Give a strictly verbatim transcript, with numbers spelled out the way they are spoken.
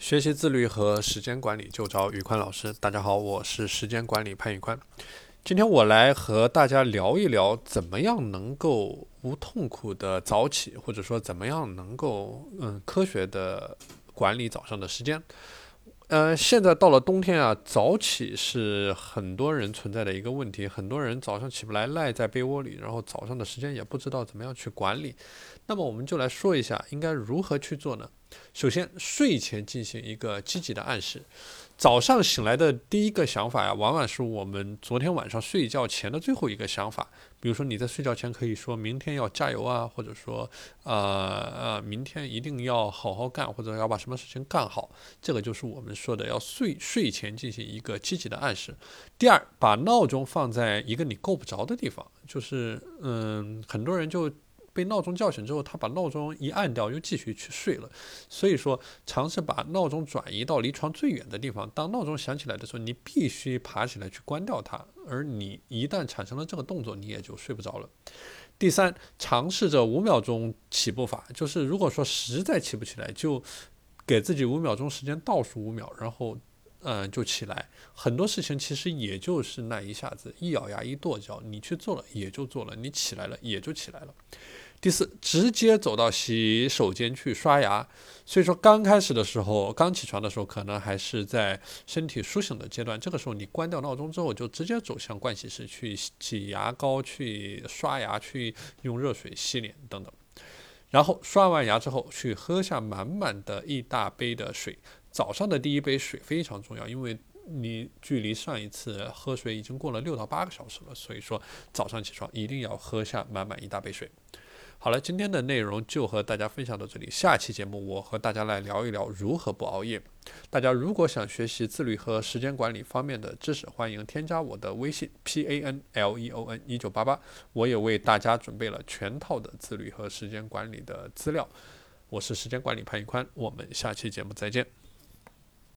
学习自律和时间管理就找宇宽老师。大家好，我是时间管理潘宇宽。今天我来和大家聊一聊，怎么样能够无痛苦的早起，或者说怎么样能够嗯科学的管理早上的时间。呃，现在到了冬天啊，早起是很多人存在的一个问题。很多人早上起不来，赖在被窝里，然后早上的时间也不知道怎么样去管理。那么我们就来说一下，应该如何去做呢？首先，睡前进行一个积极的暗示。早上醒来的第一个想法呀，往往是我们昨天晚上睡觉前的最后一个想法。比如说你在睡觉前可以说明天要加油啊，或者说呃呃明天一定要好好干，或者要把什么事情干好。这个就是我们说的要睡睡前进行一个积极的暗示。第二，把闹钟放在一个你够不着的地方，就是嗯，很多人就被闹钟叫醒之后，他把闹钟一按掉，又继续去睡了。所以说，尝试把闹钟转移到离床最远的地方。当闹钟响起来的时候，你必须爬起来去关掉它。而你一旦产生了这个动作，你也就睡不着了。第三，尝试着五秒钟起步法，就是如果说实在起不起来，就给自己五秒钟时间倒数五秒，然后嗯就起来。很多事情其实也就是那一下子，一咬牙一跺脚，你去做了也就做了，你起来了也就起来了。第四，直接走到洗手间去刷牙。所以说，刚开始的时候，刚起床的时候，可能还是在身体苏醒的阶段。这个时候，你关掉闹钟之后，就直接走向盥洗室去挤牙膏、去刷牙、去用热水洗脸等等。然后刷完牙之后，去喝下满满的一大杯的水。早上的第一杯水非常重要，因为你距离上一次喝水已经过了六到八个小时了，所以说早上起床一定要喝下满满一大杯水。好了，今天的内容就和大家分享到这里。下期节目我和大家来聊一聊如何不熬夜。大家如果想学习自律和时间管理方面的知识，欢迎添加我的微信 P A N L E O N 一九八八，我也为大家准备了全套的自律和时间管理的资料。我是时间管理潘一宽，我们下期节目再见。